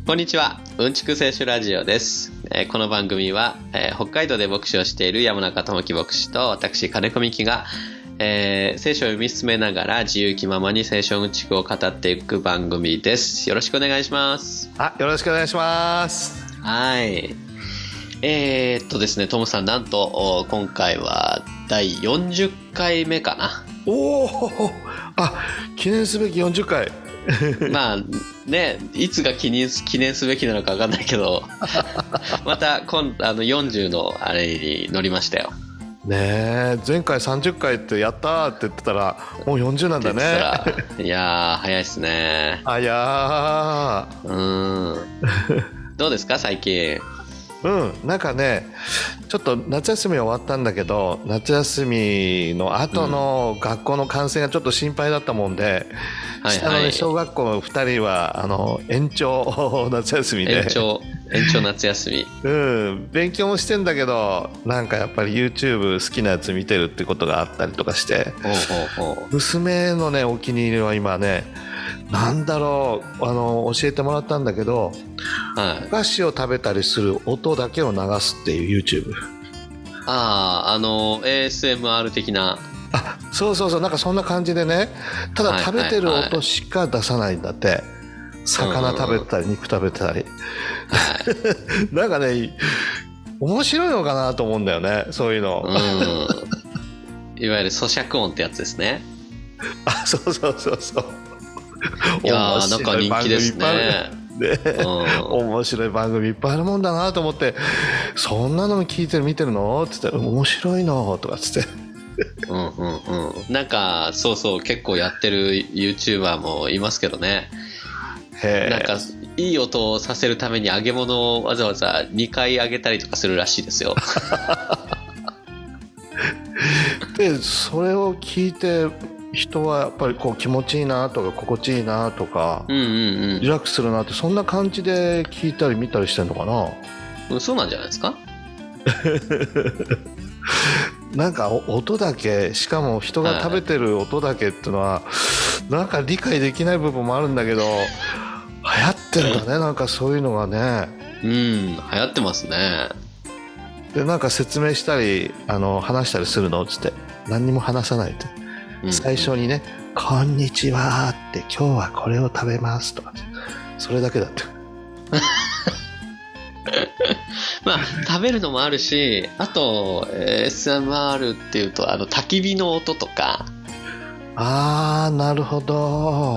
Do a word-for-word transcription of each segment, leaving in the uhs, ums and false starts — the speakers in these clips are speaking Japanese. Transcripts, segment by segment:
こんにちは、うんちく聖書ラジオです。えーこの番組は、えー北海道で牧師をしている山中智樹牧師と私金子美希が、えー聖書を読み進めながら自由気ままに聖書うんちくを語っていく番組です。よろしくお願いします。 あ、よろしくお願いします。 はい。えー、っとですね、トムさん、なんとお今回はだいよんじゅっかいめかな。 おお、あ、記念すべきよんじゅっかい。 まあね、いつが記念記念すべきなのか分かんないけどまた今あのよんじゅうのあれに乗りましたよ。 ねえ、前回さんじゅっかいってやったーって言ってたらもうよんじゅうなんだね。 いやー早いっすね。 あやーうーんどうですか最近。 うん、なんかね、ちょっと夏休み終わったんだけど、夏休みの後の学校の感染がちょっと心配だったもんで、うん、下の、ね、小学校のふたりはあの延長夏休みで延長延長夏休み、 うん、勉強もしてんだけど、なんかやっぱり YouTube 好きなやつ見てるってことがあったりとかして、 おうおうおう、 娘のねお気に入りは今ね、なんだろう、あの教えてもらったんだけど、はい、お菓子を食べたりする音だけを流すっていう YouTube。 ああ、あの エーエスエムアール 的な。 あ、そうそうそう、なんかそんな感じでね、ただ食べてる音しか出さないんだって、はいはいはい、魚食べたり肉食べたり、はい、なんかね面白いのかなと思うんだよね、そういうの。うんいわゆる咀嚼音ってやつですね。 あ、そうそうそうそう。 いやー、なんか人気ですね。 ね、うん、面白い番組いっぱいあるもんだなと思って、そんなの聞いてる見てるのって言って、面白いのとかつってうんうんうん、なんかそうそう、結構やってる YouTuber もいますけどね。へ、なんかいい音をさせるために揚げ物をわざわざにかい揚げたりとかするらしいですよでそれを聞いて人はやっぱりこう気持ちいいなとか心地いいなとか、うんうんうん、リラックスするなって、そんな感じで聞いたり見たりしてんのかな。 うん、そうなんじゃないですかなんか音だけ、しかも人が食べてる音だけっていうのは、はい、なんか理解できない部分もあるんだけど、流行ってるんだね、なんかそういうのがね。 うん、流行ってますね。 でなんか説明したりあの話したりするのっつって、何にも話さないって、うん、最初にね、こんにちはって、今日はこれを食べますとか、それだけだってまあ食べるのもあるし、あと エスエムアール っていうと、あの焚き火の音とか。 あー、なるほど。 うん、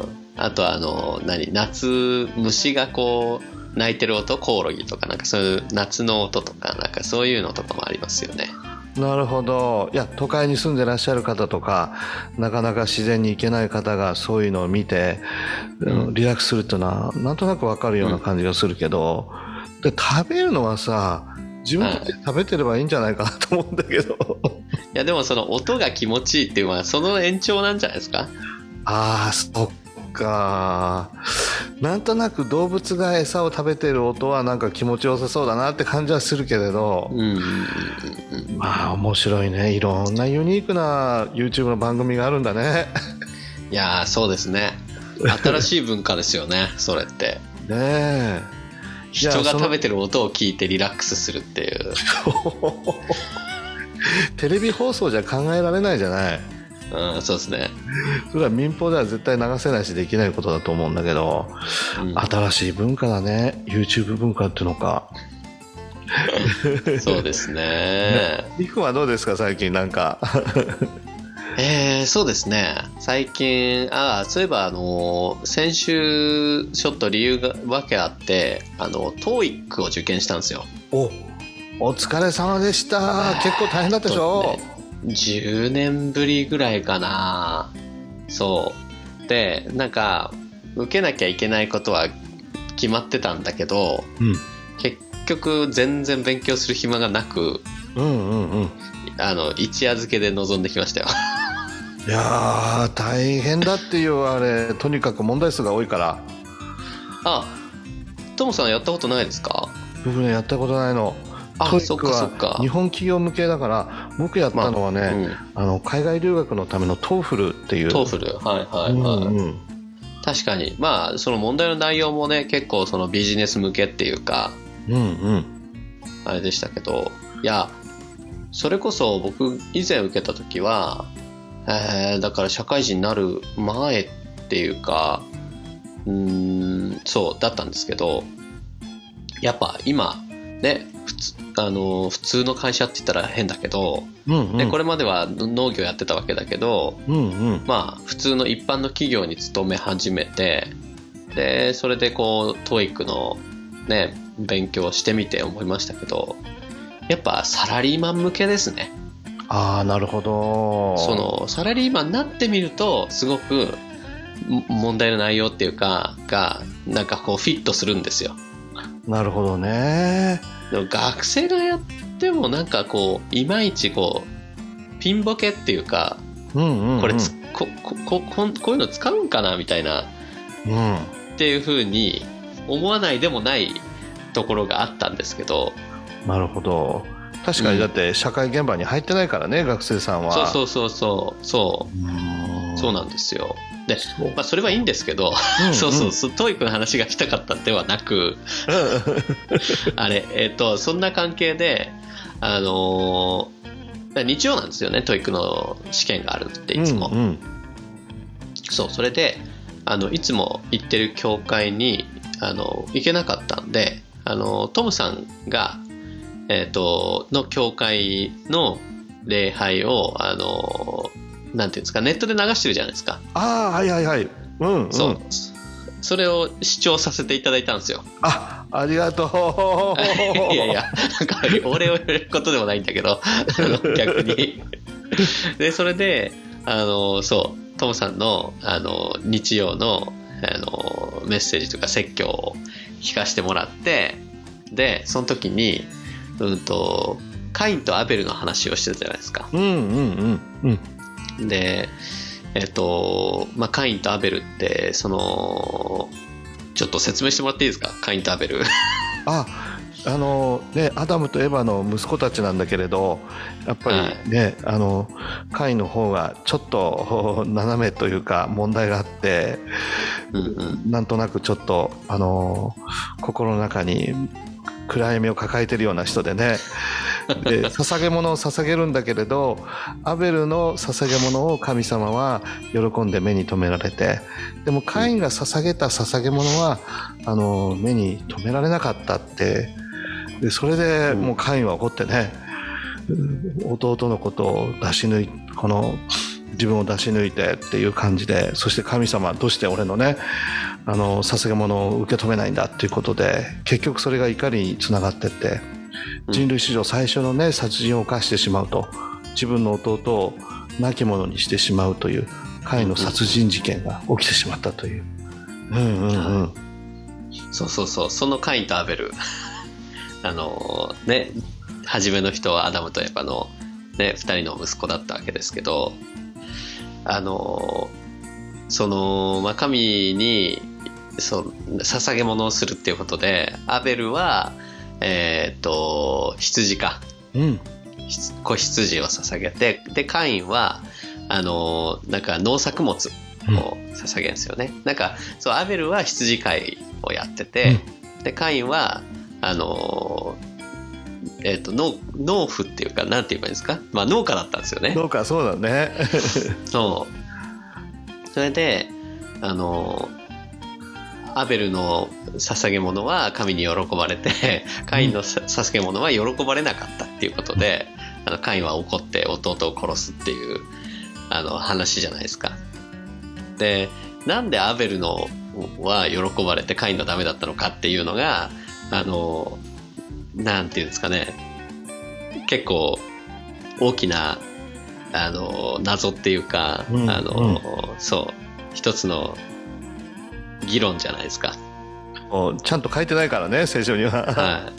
あとあの何、夏虫がこう鳴いてる音、コオロギとか、なんかそういう夏の音とか、なんかそういうのとかもありますよね。 なるほど。いや、都会に住んでらっしゃる方とか、なかなか自然に行けない方がそういうのを見て、うん、リラックスするっていうのはなんとなく分かるような感じがするけど、うん、で食べるのはさ、自分で食べてればいいんじゃないかなと思うんだけど、はい、 いやでもその音が気持ちいいっていうのはその延長なんじゃないですか。 ああ、そっか。なんとなく動物が餌を食べてる音はなんか気持ちよさそうだなって感じはするけれど、うんうんうんうん、まあ面白いね。いろんなユニークな YouTube の番組があるんだね。 いやー、そうですね。新しい文化ですよねそれってねえ、 人が食べてる音を聞いてリラックスするっていうテレビ放送じゃ考えられないじゃない。 うん、そうですね。 それは民放では絶対流せないしできないことだと思うんだけど、うん、新しい文化だね、 YouTube 文化っていうのかそうですね。 リクはどうですか最近、なんかえー、そうですね、最近、あ、そういえばあの先週ちょっと理由がわけあって、あの トーイック を受験したんですよ。 おお疲れ様でした。結構大変だったでしょ。 じゅうねんぶりぐらいかな。そうで、なんか受けなきゃいけないことは決まってたんだけど、うん、結局全然勉強する暇がなく、うんうんうん、あの一夜漬けで臨んできましたよ。 いやー大変だっていう、あれ、とにかく問題数が多いから。 あ、トモさんやったことないですか？ 僕ね、やったことないの。 あ、そっかそっか。 日本企業向けだから、僕やったのはね、まあ、うん、あの海外留学のためのトーフルっていう。 トーフル、はいはいはい、うんうん、 確かに。まあその問題の内容もね結構そのビジネス向けっていうか、 うんうん、 あれでしたけど、いやそれこそ僕以前受けた時は、えー、だから社会人になる前っていうか、うーんそうだったんですけど、やっぱ今ね普通、あの普通の会社って言ったら変だけど、うんうん、でこれまでは農業やってたわけだけど、うんうん、まあ普通の一般の企業に勤め始めて、でそれでこう トーイック のね勉強をしてみて思いましたけど、やっぱサラリーマン向けですね。 ああ、なるほど。 そのサラリーマンになってみるとすごく問題の内容っていうかがなんかこうフィットするんですよ。 なるほどね。 でも学生がやってもなんかこういまいちこうピンボケっていうか、うんうんうん、これつ こ, こ, こ, こういうの使うんかなみたいな、うん、っていう風に思わないでもないところがあったんですけど。 なるほど。確かにだって社会現場に入ってないからね、うん、学生さんは。 そうそうそうそううそうなんですよ。で、まあ、それはいいんですけど、うんうん、そうそうそう、トーイックの話がしたかったではなくあれ、えっとそんな関係で、あのー、日曜なんですよね、トーイックの試験があるっていつも、うんうん、そうそれであのいつも行ってる教会にあの行けなかったんで、あのトムさんが、えー、との教会の礼拝をあのなんていうんですか、ネットで流してるじゃないですか。 ああ、はいはいはい、うんうん、 そうそれを視聴させていただいたんですよ。 あ、ありがとういやいや、なんかお礼を言われることでもないんだけどあの逆にでそれであのそうトムさんのあの日曜のあのメッセージとか説教を聞かせてもらって、でその時に、うんとカインとアベルの話をしてたじゃないですか。 うんうんうんうんで、えっと、まあ、カインとアベルって、その、ちょっと説明してもらっていいですか、カインとアベル。 あ、あのね、アダムとエヴァの息子たちなんだけれど、やっぱりね、はい、あの、カインの方がちょっと斜めというか問題があって、うんうん、なんとなくちょっと、あの、心の中に暗闇を抱えてるような人でね、で捧げ物を捧げるんだけれど、アベルの捧げ物を神様は喜んで目に留められて、でもカインが捧げた捧げ物はあの目に留められなかったって、でそれでもうカインは怒ってね、弟のことを出し抜いこの自分を出し抜いてっていう感じで、そして神様どうして俺のねあの捧げ物を受け止めないんだっていうことで、結局それが怒りにつながってって、人類史上最初のね殺人を犯してしまうと、自分の弟を亡き者にしてしまうというカインの殺人事件が起きてしまったという、うんうんうん、 そうそうそう、そのカインとアベルあのね、初めの人はアダムとエバのねふたりの息子だったわけですけど、あのその、まあ、神にそう捧げ物をするっていうことで、アベルはえっと羊か、うん、子羊を捧げて、でカインはあのなんか農作物を捧げるんですよね、うん、なんかそうアベルは羊飼いをやってて、うん、でカインはあのえっと農農夫っていうかなんて言えばいいんですか、まあ農家だったんですよね。 農家、そうだねそうそれであのアベルの捧げ物は神に喜ばれて、カインの捧げ物は喜ばれなかったっていうことで、あのカインは怒って弟を殺すっていうあの話じゃないですか。で、なんでアベルのは喜ばれてカインのダメだったのかっていうのが、あのなんていうんですかね、結構大きなあの謎っていうか、うん、あの、うん、そう一つの議論じゃないですか。 ちゃんと書いてないからね、聖書には。はい、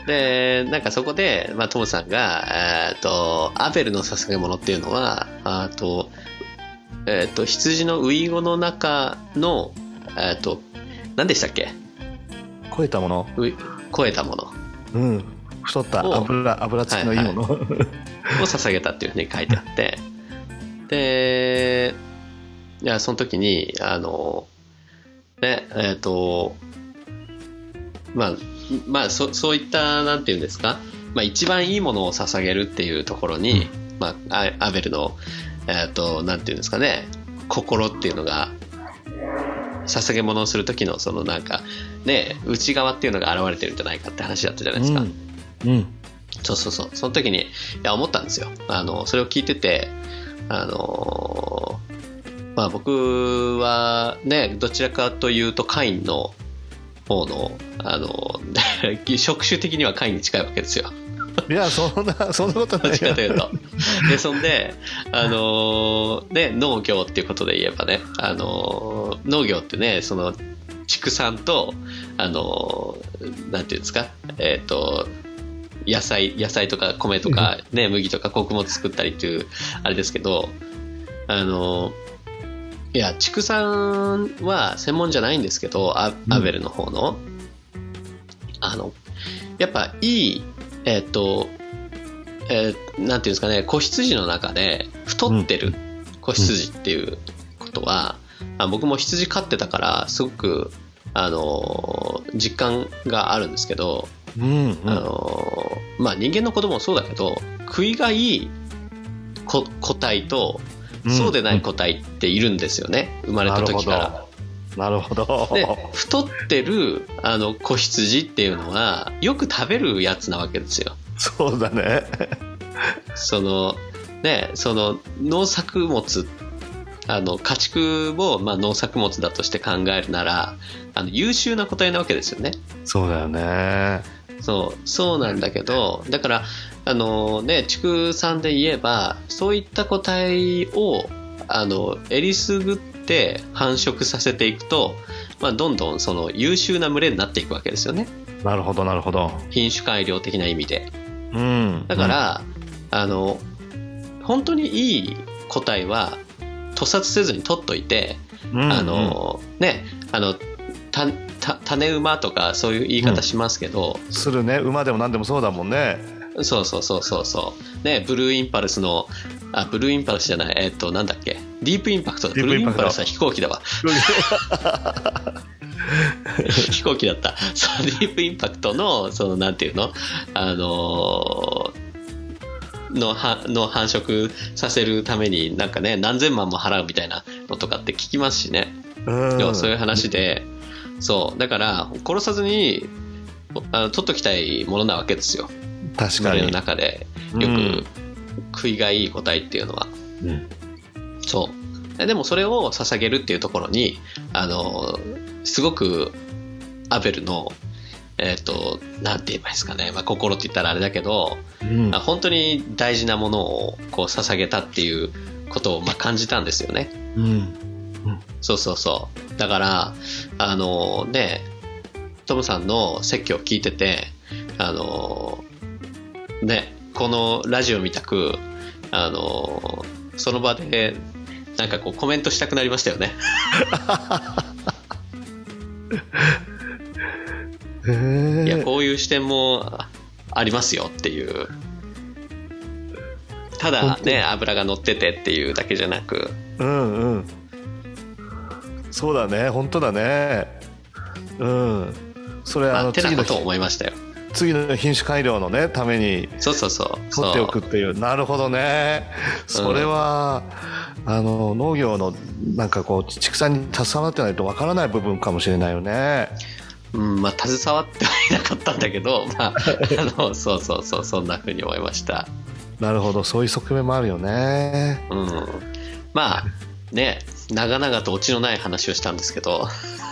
でなんかそこで、まあ、トムさんが、えー、とアベルの捧げ物っていうのはあと、えー、と羊のウイゴの中の、えー、と何でしたっけ、 超えたもの、 超えたもの、 うん、太った油油付きのいいもの、はいはい、 を捧げたっていうふうに書いてあって、でいやその時にあのねえっ、ー、とまあまあ そ, そういったなんていうんですか、まあ、一番いいものを捧げるっていうところに、うんまあ、アベルの、えー、となんていうんですかね心っていうのが捧げ物をする時のそのなんかね内側っていうのが現れてるんじゃないかって話だったじゃないですか、 うんうん、 そうそうそうその時にいや思ったんですよ。あのそれを聞いててあのまあ僕はねどちらかというとカインの方のあの職種的にはカインに近いわけですよ。 いやそんなそんなことないよ。どっちかというとでそんであのー、ね農業っていうことで言えばねあのー、農業ってねその畜産とあのー、なんていうんですかえっ、ー、と野菜野菜とか米とかね麦とか穀物作ったりっていうあれですけどあのいや畜産は専門じゃないんですけど ア, アベルの方の、うん、あのやっぱいいえっ、ー、と、えー、なんていうんですかね子羊の中で太ってる子羊っていうことは、うん、あ僕も羊飼ってたからすごくあの実感があるんですけど、うんうん、あのまあ人間の子供もそうだけど食いがいい個体とそうでない個体っているんですよね、うん、生まれた時から。 なるほど。 で太ってるあの子羊っていうのはよく食べるやつなわけですよ。 そうだね。 そのねその農作物あの家畜をまあ農作物だとして考えるならあの優秀な個体なわけですよね。 そうだよね。 そうそうなんだけどだからあのね畜産で言えばそういった個体をあのえりすぐってで繁殖させていくと、まあ、どんどんその優秀な群れになっていくわけですよね。 なるほどなるほど。 品種改良的な意味で、 うん、 だから、うん、あの本当にいい個体は屠殺せずに取っといて、うん、あのねあのたた種馬とかそういう言い方しますけど、 うん、するね馬でも何でもそうだもんね。 そうそうそうそうそうねブルーインパルスのあブルーインパルスじゃないえっとなんだっけディープインパクトだ。ブルーインパルスは飛行機だわ飛行機だった。そうディープインパクトのそのなんていうのあのー、のはの繁殖させるためになんかね何千万も払うみたいなのとかって聞きますしね。うんそういう話でそうだから殺さずにあの取っときたいものなわけですよ。 確かに。 の中でよく食いがいい個体っていうのは、うん、そうでもそれを捧げるっていうところにあのすごくアベルのえっ、ー、となんて言えばいいですかね、まあ、心って言ったらあれだけど、うん、本当に大事なものをこう捧げたっていうことをまあ感じたんですよね、 うんうん、 そうそうそうだからあのねトムさんの説教を聞いててあのねこのラジオみたくあのその場でなんかこうコメントしたくなりましたよねいやこういう視点もありますよっていうただね油が乗っててっていうだけじゃなくうんうんそうだね本当だねうんそれ、まあ、あのてなことを思いましたよ。 次の品種改良のねためにそうそうそう取っておくっていうなるほどねそれは、うん、あの農業のなんかこう畜産に携わってないとわからない部分かもしれないよね。 うんまあ携わってはいなかったんだけど、まあ、あのそうそうそうそんな風に思いました。 なるほどそういう側面もあるよね。 うんまあね長々とオチのない話をしたんですけど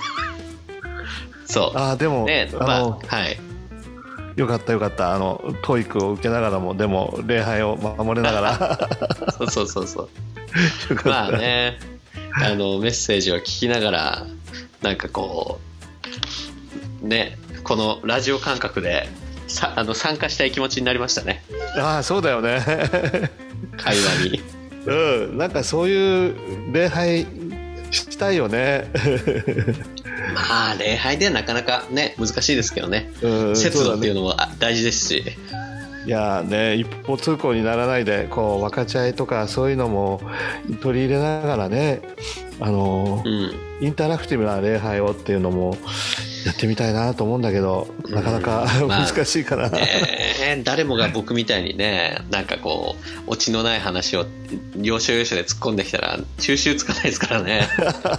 そうあでもねまあはいよかったよかったあのトーイックを受けながらもでも礼拝を守りながらそうそうそうそうまあねあのメッセージを聞きながらなんかこうねこのラジオ感覚でさあの参加したい気持ちになりましたね。 ああそうだよね会話にうんなんかそういう礼拝したいよねまあ礼拝ではなかなかね難しいですけどね、うん、節度っていうのも大事ですし、 いいやね、一方通行にならないでこう分かち合いとかそういうのも取り入れながらね、あの、うん、インタラクティブな礼拝をっていうのもやってみたいなと思うんだけど、なかなか、うん、まあ、難しいかな、 えー、誰もが僕みたいにね、なんかこうオチのない話を要所要所で突っ込んできたら収集つかないですからね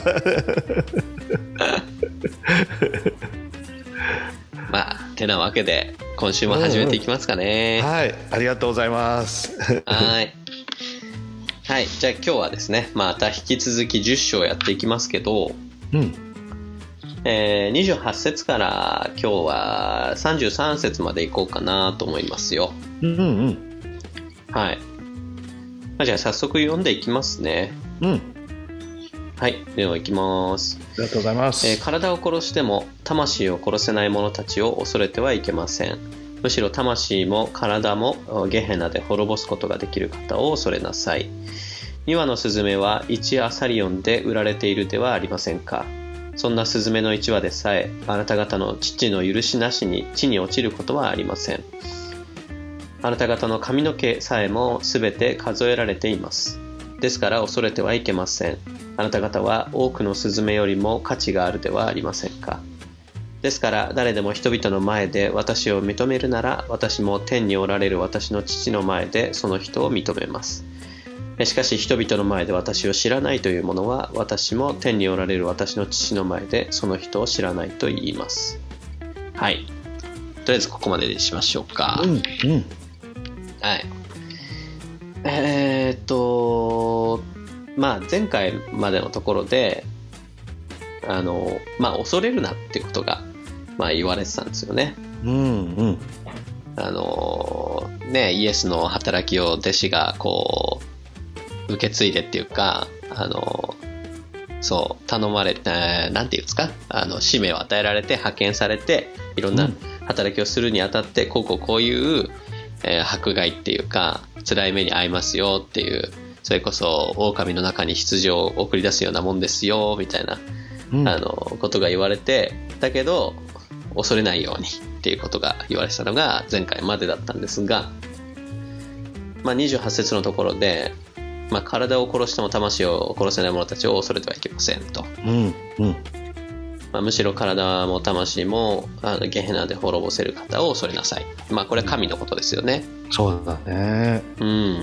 まあてなわけで今週も始めていきますかね、 うんうん、はい、ありがとうございますはいはい、じゃあ今日はですね、また引き続きじゅっ章やっていきますけど、うんえー、にじゅうはち節から今日はさんじゅうさん節までいこうかなと思いますよ。うんうんうん。はい。まあ、じゃあ早速読んでいきますね。うん。はい。では行きます。 ありがとうございます。 えー、体を殺しても魂を殺せない者たちを恐れてはいけません。むしろ魂も体もゲヘナで滅ぼすことができる方を恐れなさい。に羽のスズメはいちアサリオンで売られているではありませんか。そんなスズメのいち羽でさえあなた方の父の許しなしに地に落ちることはありません。あなた方の髪の毛さえもすべて数えられています。ですから恐れてはいけません。あなた方は多くのスズメよりも価値があるではありませんか。ですから誰でも人々の前で私を認めるなら、私も天におられる私の父の前でその人を認めます。しかし人々の前で私を知らないという者は、私も天におられる私の父の前でその人を知らないと言います。はい。とりあえずここまでにしましょうか。うん、うん。はい。えー、っと、まあ前回までのところで、あの、まあ恐れるなっていうことが、まあ言われてたんですよね。うんうん。あの、ね、イエスの働きを弟子がこう、受け継いでっていうか、あのそう頼まれて、なんていうんですか、あの使命を与えられて派遣されていろんな働きをするにあたって、うん、こうこうこういう、えー、迫害っていうか辛い目に遭いますよっていう、それこそ狼の中に羊を送り出すようなもんですよみたいな、うん、あのことが言われて、だけど恐れないようにっていうことが言われてたのが前回までだったんですが、まあ、にじゅうはち節のところで、まあ、体を殺しても魂を殺せない者たちを恐れてはいけませんと、うんうんまあ、むしろ体も魂もあのゲヘナで滅ぼせる方を恐れなさい。まあこれは神のことですよね。 そうだね。 うん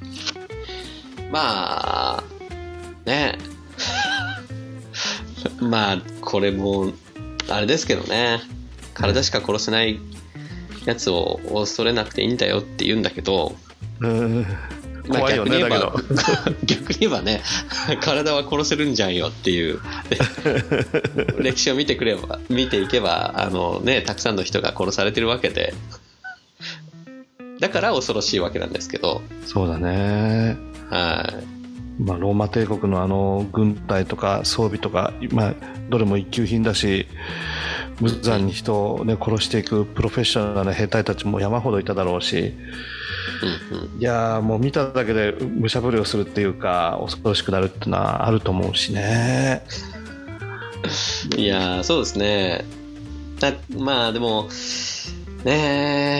まあねまあこれもあれですけどね、体しか殺せないやつを恐れなくていいんだよって言うんだけど、うんまあ、怖いよね、だけど逆に言えばね、体は殺せるんじゃんよっていう歴史を見てくれば見ていけば、あのね、たくさんの人が殺されてるわけで、だから恐ろしいわけなんですけど。 そうだね。はい。まあローマ帝国のあの軍隊とか装備とか、まあどれも一級品だし、無残に人をね殺していくプロフェッショナルな兵隊たちも山ほどいただろうし。うんうん、いやもう見ただけで武者震いをするっていうか恐ろしくなるっていうのはあると思うしね。 いやそうですね。だまあでもね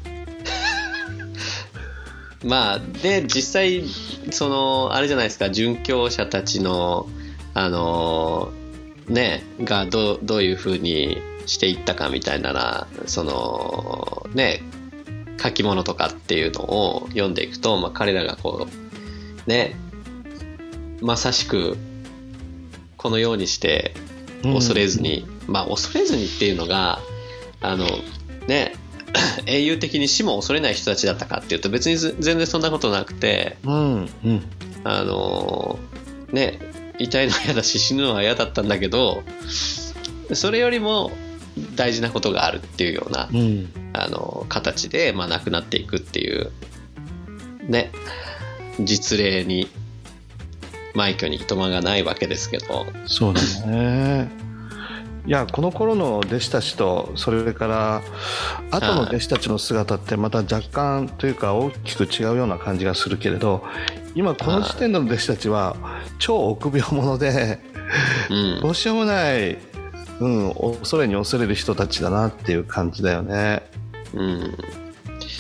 まあで実際そのあれじゃないですか、殉教者たちのあのねがどうどういう風にしていったかみたいなら、そのね書き物とかっていうのを読んでいくと、まあ、彼らがこうねまさしくこのようにして恐れずに、うん、まあ恐れずにっていうのがあのね英雄的に死も恐れない人たちだったかっていうと別に全然そんなことなくて、うんうん、あのね痛いのは嫌だし死ぬのは嫌だったんだけど、それよりも大事なことがあるっていうような、うん、あの形で、まあ、亡くなっていくっていうね実例に枚挙にいとまがないわけですけど。 そうだね。いやこの頃の弟子たちとそれから後の弟子たちの姿ってまた若干というか大きく違うような感じがするけれど、今この時点での弟子たちは超臆病者で、うん、どうしようもないうん、恐れに恐れる人たちだなっていう感じだよね。 うん、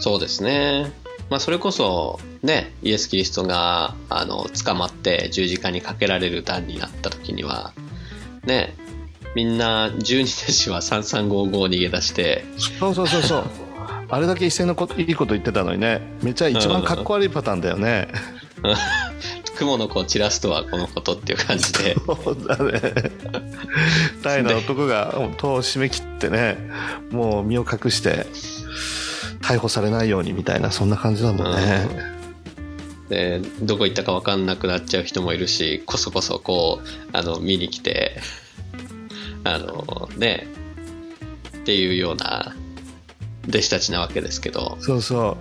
そうですね。まあ、それこそね、イエス・キリストがあの捕まって十字架にかけられる段になった時にはね、みんな十二弟子はさんさんごご逃げ出して、 そうそうそうそうあれだけ一斉のこといいこと言ってたのにね、めっちゃ一番かっこ悪いパターンだよね雲の子を散らすとはこのことっていう感じで、 そうだね大の男が戸を閉め切ってね、もう身を隠して逮捕されないようにみたいな、そんな感じだもんね、 うん、でどこ行ったか分かんなくなっちゃう人もいるし、こそこそこうあの見に来てあのねっていうような弟子たちなわけですけど、 そうそう、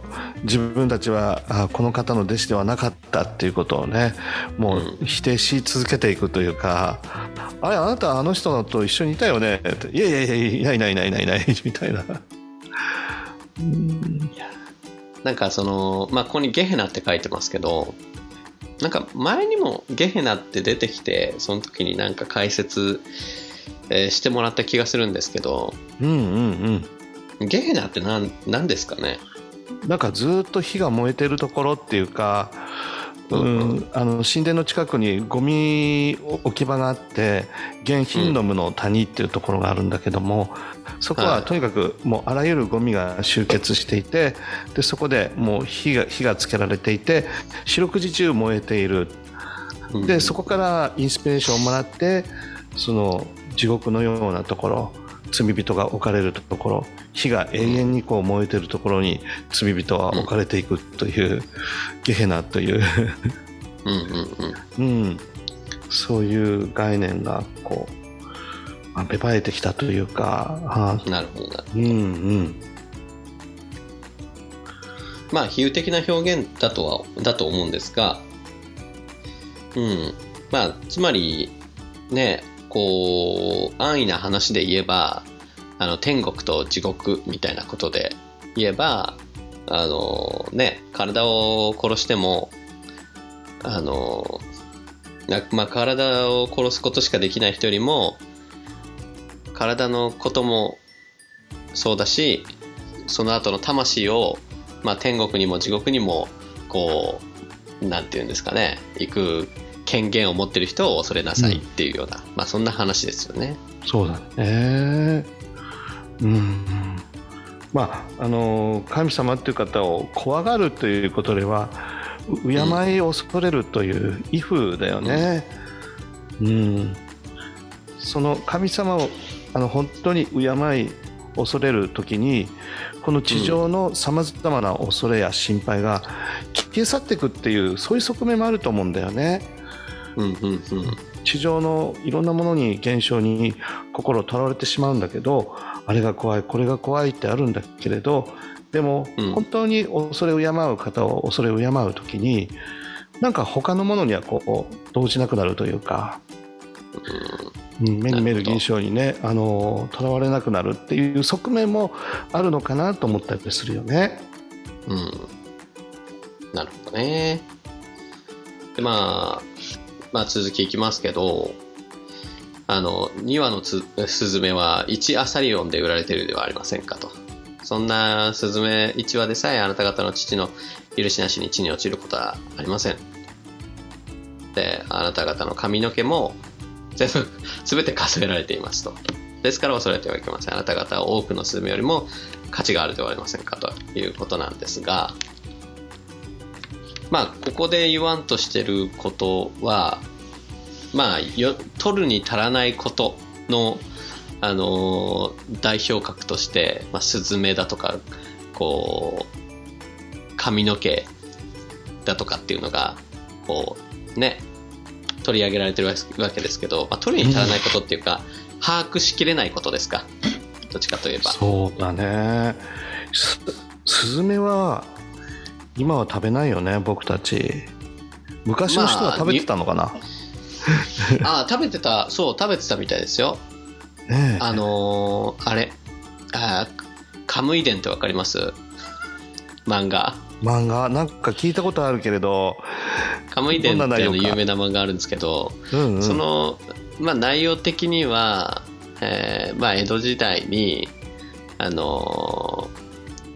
自分たちはあこの方の弟子ではなかったっていうことをね、もう否定し続けていくというか、うん、あれあなたあの人と一緒にいたよねって、いやいやいやいないいないいないいないいないみたいなうん、なんかその、まあ、ここにゲヘナって書いてますけど、なんか前にもゲヘナって出てきて、その時になんか解説、えー、してもらった気がするんですけど、 うんうんうん、ゲヘナって何、何ですかね。 なんかずっと火が燃えてるところっていうか、うん、あの神殿の近くにゴミ置き場があって、ゲンヒンノムの谷っていうところがあるんだけども、そこはとにかくもうあらゆるゴミが集結していて、でそこでもう火が火がつけられていて、四六時中燃えている。でそこからインスピレーションをもらって、その地獄のようなところ、罪人が置かれるところ、火が永遠にこう燃えているところに罪人は置かれていくという、うん、ゲヘナといううんうん、うん、 そういう概念がこう芽生えてきたというか、 なるほどな、 うんうん、 まあ比喩的な表現だとはだと思うんですが、うん、まあつまりね、こう安易な話で言えば、あの天国と地獄みたいなことで言えば、あのね、体を殺してもあの、まあ、体を殺すことしかできない人よりも体のこともそうだし、その後の魂を、まあ、天国にも地獄にもこうなんていうんですかね、行く権限を持ってる人を恐れなさいっていうような、うん、まあそんな話ですよね。 そうだね。うん。まああの神様っていう方を怖がるということでは、敬いを恐れるという威風だよね。うん。うん、その神様をあの本当に敬い恐れるときに、この地上のさまざまな恐れや心配が消え去っていくっていう、そういう側面もあると思うんだよね。 うんうんうん、 地上のいろんなものに現象に心をとらわれてしまうんだけど、あれが怖いこれが怖いってあるんだけれど、でも本当に恐れを敬う方を恐れを敬うときに、なんか他のものにはこう動じなくなるというか、うん、目に見える現象にね、あのとらわれなくなるっていう側面もあるのかなと思ったりするよね。 うん、なるほどね。でまあまあ、続きいきますけど、あのにわのつスズメはいちアサリオンで売られているではありませんかと。そんなスズメいちわでさえあなた方の父の許しなしに地に落ちることはありません。で、あなた方の髪の毛も全部全て数えられていますと。ですから恐れてはいけません。あなた方は多くのスズメよりも価値があるではありませんかということなんですが、まあここで言わんとしてることは、まあよ取るに足らないことの、あのー、代表格として、まあ、スズメだとかこう髪の毛だとかっていうのがこうね取り上げられてるわけですけど、まあ、取るに足らないことっていうか、うん、把握しきれないことですか、どっちかといえば。 そうだね。ス, スズメは今は食べないよね、僕たち。昔の人は食べてたのかな、 まあ、あ食べてた、そう食べてたみたいですよ、ね、あのー、あれあカムイ伝ってわかります？漫画漫画なんか聞いたことあるけれど、 カムイ伝っていうの有名な漫画あるんですけど、うんうん、その、まあ、内容的には、えーまあ、江戸時代にあのー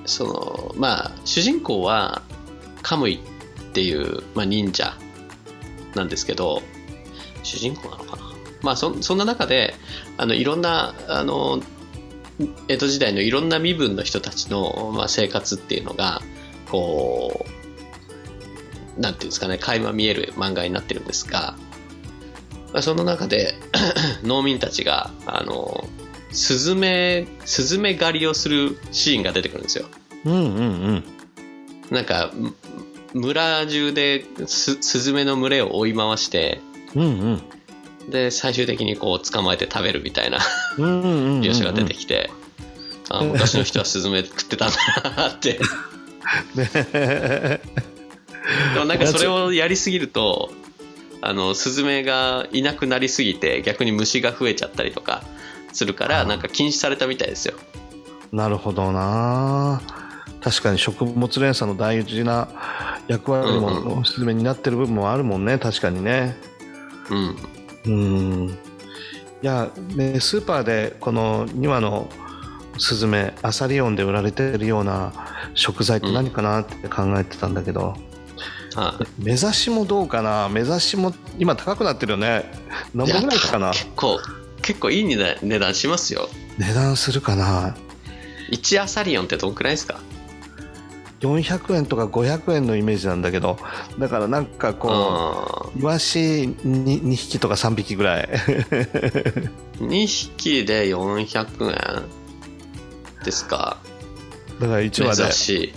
そのまあ主人公はカムイっていう、まあ、忍者なんですけど、主人公なのかな、まあ そ, そんな中であのいろんなあの江戸時代のいろんな身分の人たちの、まあ、生活っていうのがこうなんていうんですかね、垣間見える漫画になってるんですが、まあ、その中で農民たちがあのスズメスズメ狩りをするシーンが出てくるんですよ。 うんうんうん。 なんか村中で ス, スズメの群れを追い回して、うんうん、で最終的にこう捕まえて食べるみたいな描写が出てきて、あ昔の人はスズメ食ってたんだなってでもなんかそれをやりすぎるとあのスズメがいなくなりすぎて逆に虫が増えちゃったりとかするからなんか禁止されたみたいですよ。 なるほどな。確かに食物連鎖の大事な役割もスズメになってる部分もあるもんね。確かにね。 うんうん。いや、ね、スーパーでこのにわのスズメアサリオンで売られてるような食材って何かなって考えてたんだけど、うん、ああ目指しもどうかな。目指しも今高くなってるよね。何本ぐらいかな。 結構結構いい値段しますよ。 値段するかな。 いちアサリオンってどんくらいですか。 よんひゃくえんとかごひゃくえんのイメージなんだけど、だからなんかこうイワシ に, にひきとかさんびきぐらいにひきでよんひゃくえんですか。 だからいちわで目指し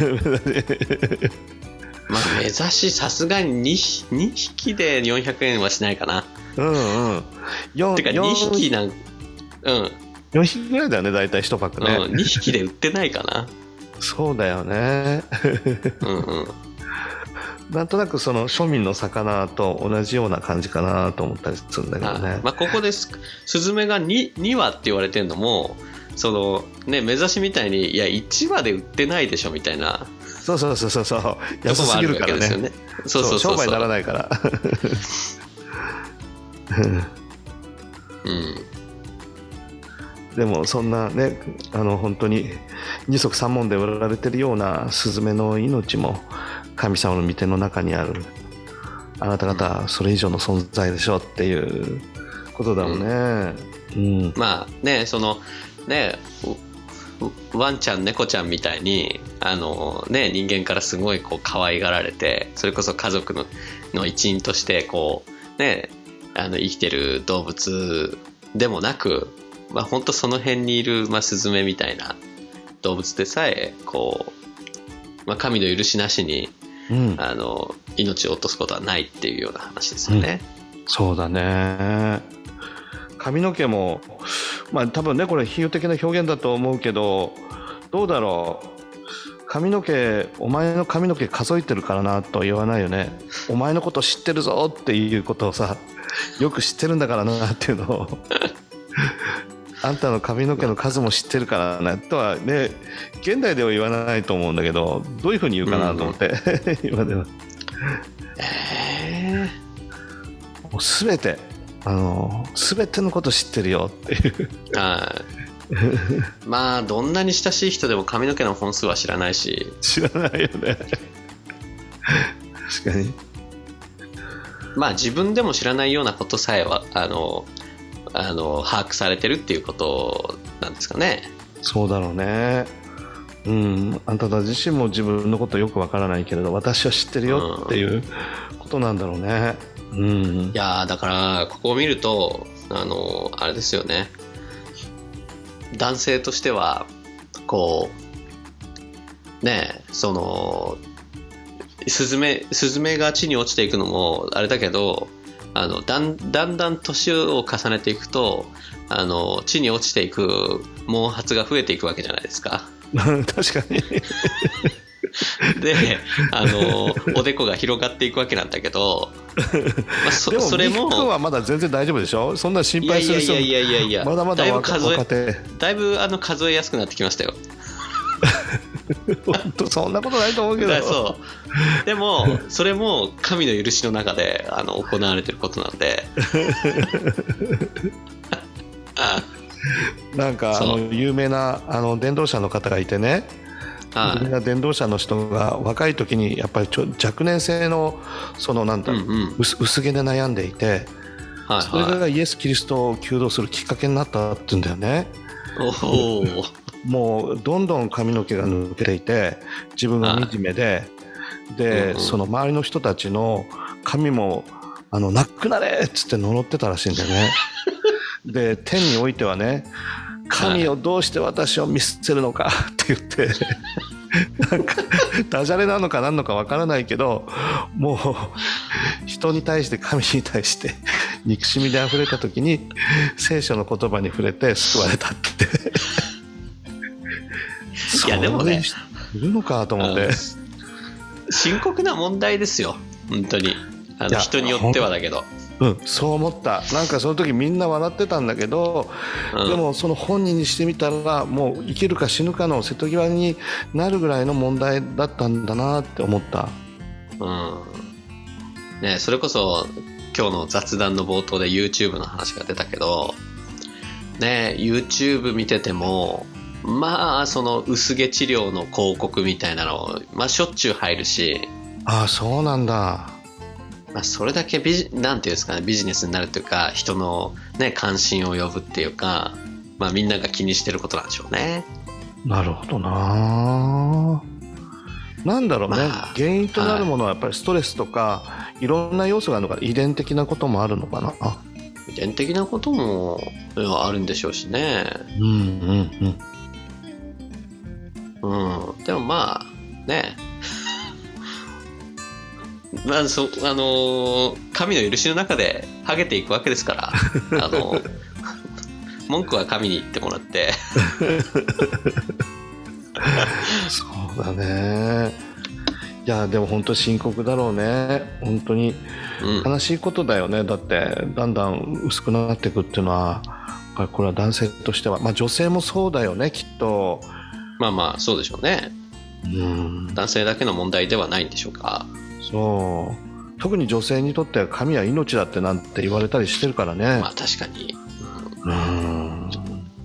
まあ目指しさすがに 2, にひきでよんひゃくえんはしないかな。 うんうんてかにひきなんうんよんひきぐらいだよね、だいたいいちパックね、 うん、にひきで売ってないかなそうだよねうん、うん、 なんとなくその庶民の魚と同じような感じかなと思ったりするんだけどね。 あ、まあ、ここでスズメが 2, にわって言われてるのもその、ね、目指しみたいにいやいちわで売ってないでしょみたいな。 そうそうそうそうそう安すぎるからね。 そうそうそうそう商売にならないからうん、 でもそんなね、あの本当に二足三門で売られてるようなスズメの命も神様の御手の中にある。あなた方それ以上の存在でしょっていうことだもんね、うんうん、 まあね、そのねワンちゃん猫ちゃんみたいにあの、ね、人間からすごいこう可愛がられて、それこそ家族 の, の一員としてこう、ね、あの生きてる動物でもなく、まあ、本当その辺にいる、まあ、スズメみたいな動物でさえこう、まあ、神の許しなしに、うん、あの命を落とすことはないっていうような話ですよね、 うん、そうだね。髪の毛もまあ多分ねこれ比喩的な表現だと思うけど、どうだろう、髪の毛お前の髪の毛数えてるからなとは言わないよね。お前のこと知ってるぞっていうことをさ、よく知ってるんだからなっていうのをあんたの髪の毛の数も知ってるからなとはね、現代では言わないと思うんだけど、どういうふうに言うかなと思って、うん、今ではえー、もう全てあの全てのこと知ってるよっていうあまあどんなに親しい人でも髪の毛の本数は知らないし。 知らないよね確かに。 まあ自分でも知らないようなことさえはあのあの把握されてるっていうことなんですかね。 そうだろうね。うん、あんた自身も自分のことよくわからないけれど私は知ってるよっていうことなんだろうね、うん、 いやだからここを見るとあのあれですよね、男性としてはこうねえそのスズメスズメが地に落ちていくのもあれだけど、あのだんだんだん年を重ねていくとあの地に落ちていく毛髪が増えていくわけじゃないですか確かにであのおでこが広がっていくわけなんだけど、まあ、そでもそれもミクはまだ全然大丈夫でしょ。そんな心配する人もいやいやいやいやまだまだ若手だいぶあの数えやすくなってきましたよ本当そんなことないと思うけどそうでもそれも神の許しの中であの行われてることなんでなんかあの有名なあの伝道者の方がいてね、 はい、 みんな伝道者の人が若い時にやっぱりちょ若年性のそのなんだろう、うんうん、薄, 薄毛で悩んでいて、はいはい、それがイエス・キリストを求道するきっかけになったって言うんだよね。 おもうどんどん髪の毛が抜けていて自分が惨めで、はい、で、うんうん、その周りの人たちの髪もあのなくなれっつって呪ってたらしいんだよね。で天においてはね、神をどうして私を見捨てるのかって言ってなんかダジャレなのか何のかわからないけど、もう人に対して神に対して憎しみで溢れた時に聖書の言葉に触れて救われたっていやでもね、 いるのかと思って、 深刻な問題ですよ本当に。あの人によってはだけど、 うん、そう思った。なんかその時みんな笑ってたんだけど、うん、でもその本人にしてみたらもう生きるか死ぬかの瀬戸際になるぐらいの問題だったんだなって思った。 うんね、それこそ今日の雑談の冒頭で YouTube の話が出たけど、ね、YouTube 見ててもまあその薄毛治療の広告みたいなの、まあ、しょっちゅう入るし。 ああそうなんだ。 まあ、それだけビジ、なんていうんですかね、ビジネスになるというか人の、ね、関心を呼ぶっていうか、まあ、みんなが気にしてることなんでしょうね。 なるほどな。なんだろうね、まあ、原因となるものはやっぱりストレスとか、はい、いろんな要素があるのか、遺伝的なこともあるのかな。 遺伝的なこともあるんでしょうしね。 うんうんうん、うん、でもまあね、まあそあのー、神の許しの中でハゲていくわけですからあの文句は神に言ってもらってそうだね。いやでも本当深刻だろうね。本当に悲しいことだよね、うん、だってだんだん薄くなっていくっていうのはやっぱりこれは男性としては、まあ、女性もそうだよねきっと。 まあまあそうでしょうね。 うん、男性だけの問題ではないんでしょうか。 そう特に女性にとっては髪は命だってなんて言われたりしてるからね。 まあ確かに。 うんうんうん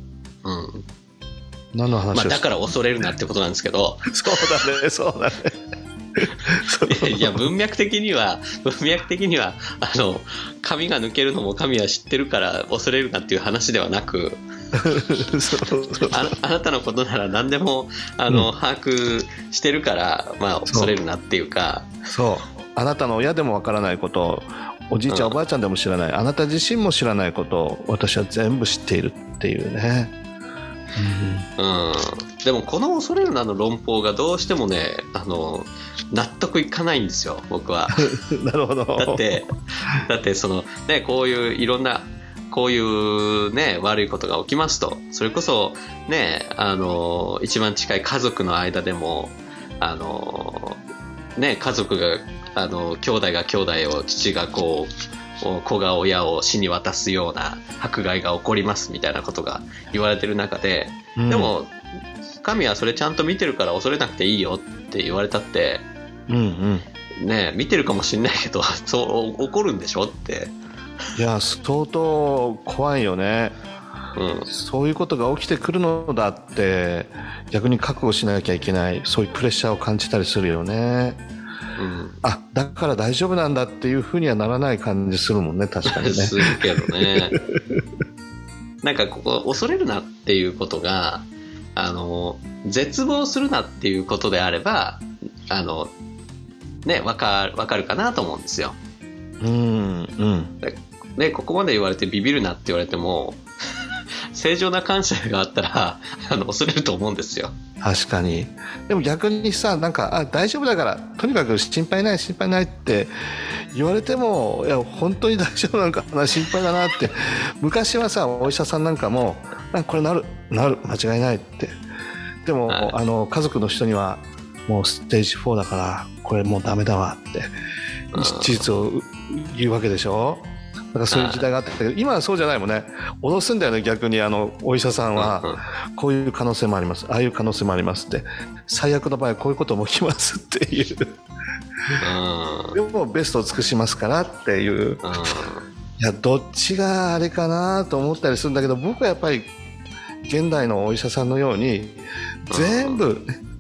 何の話を、 まあ、だから恐れるなってことなんですけどそうだねそうだねいや文脈的には文脈的にはあの髪が抜けるのも神は知ってるから恐れるなっていう話ではなくそうそうあ, あなたのことなら何でもあの、うん、把握してるから、まあ、恐れるなっていうか。 そうあなたの親でもわからないことをおじいちゃん、うん、おばあちゃんでも知らない、あなた自身も知らないことを私は全部知っているっていうね、 うんうん、でもこの恐れるなの論法がどうしてもねあの納得いかないんですよ僕はなるほど。 だってだってその、ね、こういういろんなこういうね悪いことが起きますと、それこそねあの一番近い家族の間でもあのね家族があの兄弟が兄弟を父がこう子が親を死に渡すような迫害が起こりますみたいなことが言われてる中で、うん、でも神はそれちゃんと見てるから恐れなくていいよって言われたって、 うんうん、ね見てるかもしれないけどそう起こるんでしょって。 いや相当怖いよね、うん、そういうことが起きてくるのだって逆に覚悟しなきゃいけない、そういうプレッシャーを感じたりするよね、うん、あだから大丈夫なんだっていうふうにはならない感じするもんね。確かにねするけどねなんかここ恐れるなっていうことがあの絶望するなっていうことであればあのね分かる、分かるかなと思うんですよ。 うんうんでここまで言われてビビるなって言われても正常な感謝があったらあの恐れると思うんですよ。 確かに。でも逆にさなんかあ大丈夫だからとにかく心配ない心配ないって言われてもいや本当に大丈夫なのかな心配だなって昔はさお医者さんなんかもなんかこれなるなる間違いないってでも、はい、あの家族の人にはもうステージフォーだからこれもうダメだわって事実を言うわけでしょ。だからそういう時代があったけど今はそうじゃないもんね。脅すんだよね逆に。あのお医者さんはこういう可能性もありますああいう可能性もありますって最悪の場合はこういうことも起きますっていうでもベストを尽くしますからっていういやどっちがあれかなと思ったりするんだけど僕はやっぱり現代のお医者さんのように全部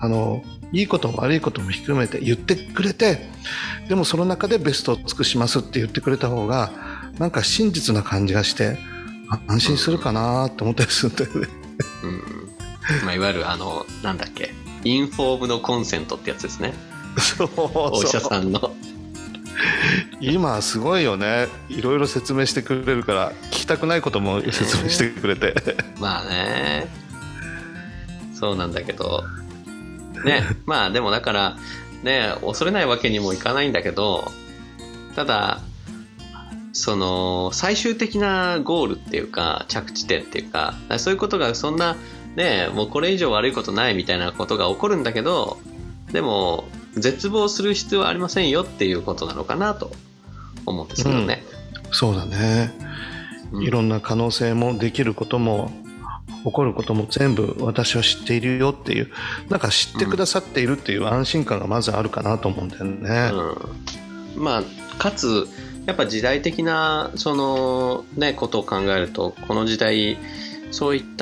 あのいいことも悪いことも含めて言ってくれて、でもその中でベストを尽くしますって言ってくれた方がなんか真実な感じがして安心するかなと思ったりするんだよね、 うん、まあ、いわゆるあのなんだっけ、インフォームドコンセントってやつですね。 そうそう、 お医者さんの今すごいよね、いろいろ説明してくれるから聞きたくないことも説明してくれて、えー、 まあね、そうなんだけどね、まあでもだからね、恐れないわけにもいかないんだけど、ただその最終的なゴールっていうか着地点っていうか、そういうことがそんなね、もうこれ以上悪いことないみたいなことが起こるんだけど、でも絶望する必要はありませんよっていうことなのかなと思うんですけどね、 うん、そうだね、うん、いろんな可能性もできることも起こることも全部私は知っているよっていう、なんか知ってくださっているっていう安心感がまずあるかなと思うんだよね、 うん、まあかつやっぱ時代的なそのねことを考えると、この時代そういった、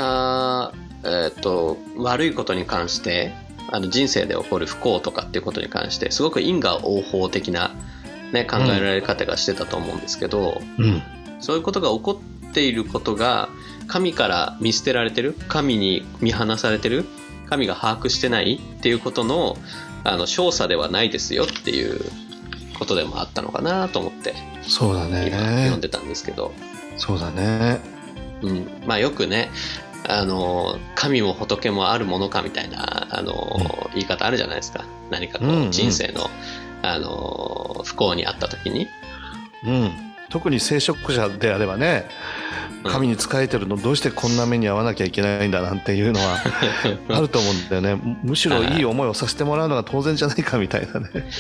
えー、と悪いことに関してあの人生で起こる不幸とかっていうことに関してすごく因果応報的な、ね、考えられ方がしてたと思うんですけど、うん、そういうことが起こっていることが神から見捨てられてる、神に見放されてる、神が把握してないっていうことのあの証左ではないですよっていうことでもあったのかなと思って、 そうだね、 今読んでたんですけど、 そうだね、 うん、まあよくね、あの神も仏もあるものかみたいなあの、うん、言い方あるじゃないですか。何かこう人生の、うんうん、あの不幸にあった時に、 うん、特に聖職者であればね、神に仕えてるのどうしてこんな目に遭わなきゃいけないんだなんていうのはあると思うんだよね。むしろいい思いをさせてもらうのが当然じゃないかみたいな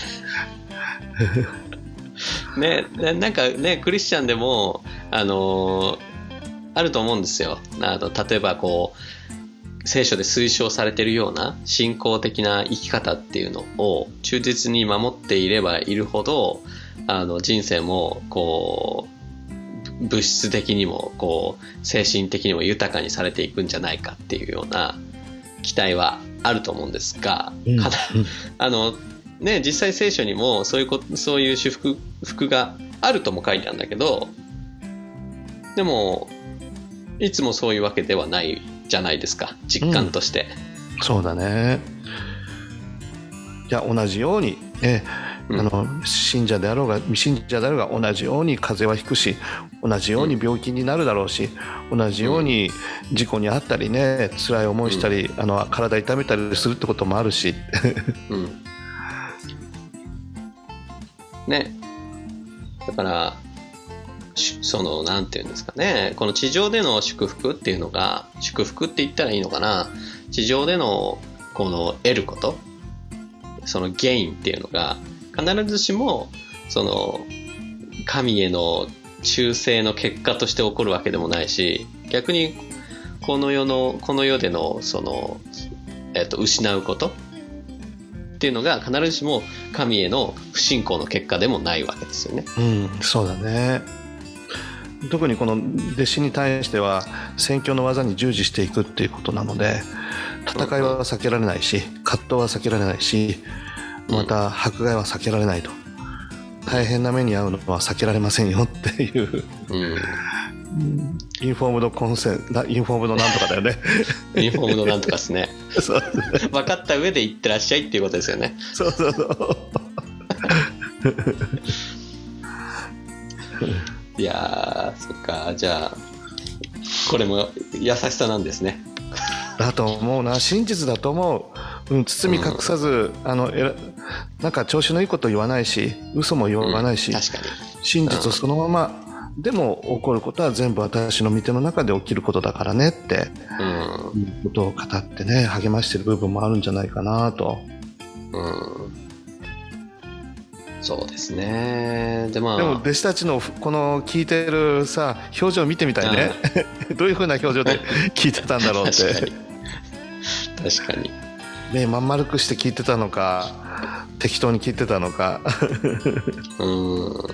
ねね、なんかねクリスチャンでもあのあると思うんですよ。あの例えばこう聖書で推奨されているような信仰的な生き方っていうのを忠実に守っていればいるほど、あの人生もこう物質的にもこう精神的にも豊かにされていくんじゃないかっていうような期待はあると思うんですが、うん、あのね、実際聖書にもそういうこそういう祝福、福があるとも書いてあるんだけど、でもいつもそういうわけではないじゃないですか、実感として、 うん、そうだね。いや同じように、ね、うん、あの信者であろうが未信者であろうが同じように風邪はひくし、同じように病気になるだろうし、うん、同じように事故に遭ったりね、辛い思いしたり、うん、あの体痛めたりするってこともあるし、うんね、だからそのなんていうんですかね、この地上での祝福っていうのが、祝福って言ったらいいのかな、地上でのこの得ること、そのゲインっていうのが必ずしもその神への忠誠の結果として起こるわけでもないし、逆にこの世のこの世でのその、えっと、失うことっていうのが必ずしも神への不信仰の結果でもないわけですよね。 うん、そうだね。特にこの弟子に対しては宣教の技に従事していくっていうことなので、戦いは避けられないし、葛藤は避けられないし、また迫害は避けられないと、大変な目に遭うのは避けられませんよっていう、うん、インフォームドコンセンインフォームドなんとかだよねインフォームドなんとかですねそうですね、分かった上で行ってらっしゃいっていうことですよね。 そうそうそういやー、そっか、じゃあこれも優しさなんですね。 だと思うな、真実だと思う、うん、包み隠さず、うん、あのえなんか調子のいいこと言わないし、嘘も言わないし、うん、確かに真実そのまま、うん、でも起こることは全部私の御手の中で起きることだからねって、うん、いうことを語ってね、励ましてる部分もあるんじゃないかなと。うん、 そうですね。で、まあ、 でも弟子たちのこの聞いてるさ表情見てみたいねどういう風な表情で聞いてたんだろうって確かに確かに目まん丸くして聞いてたのか、適当に聞いてたのかうーん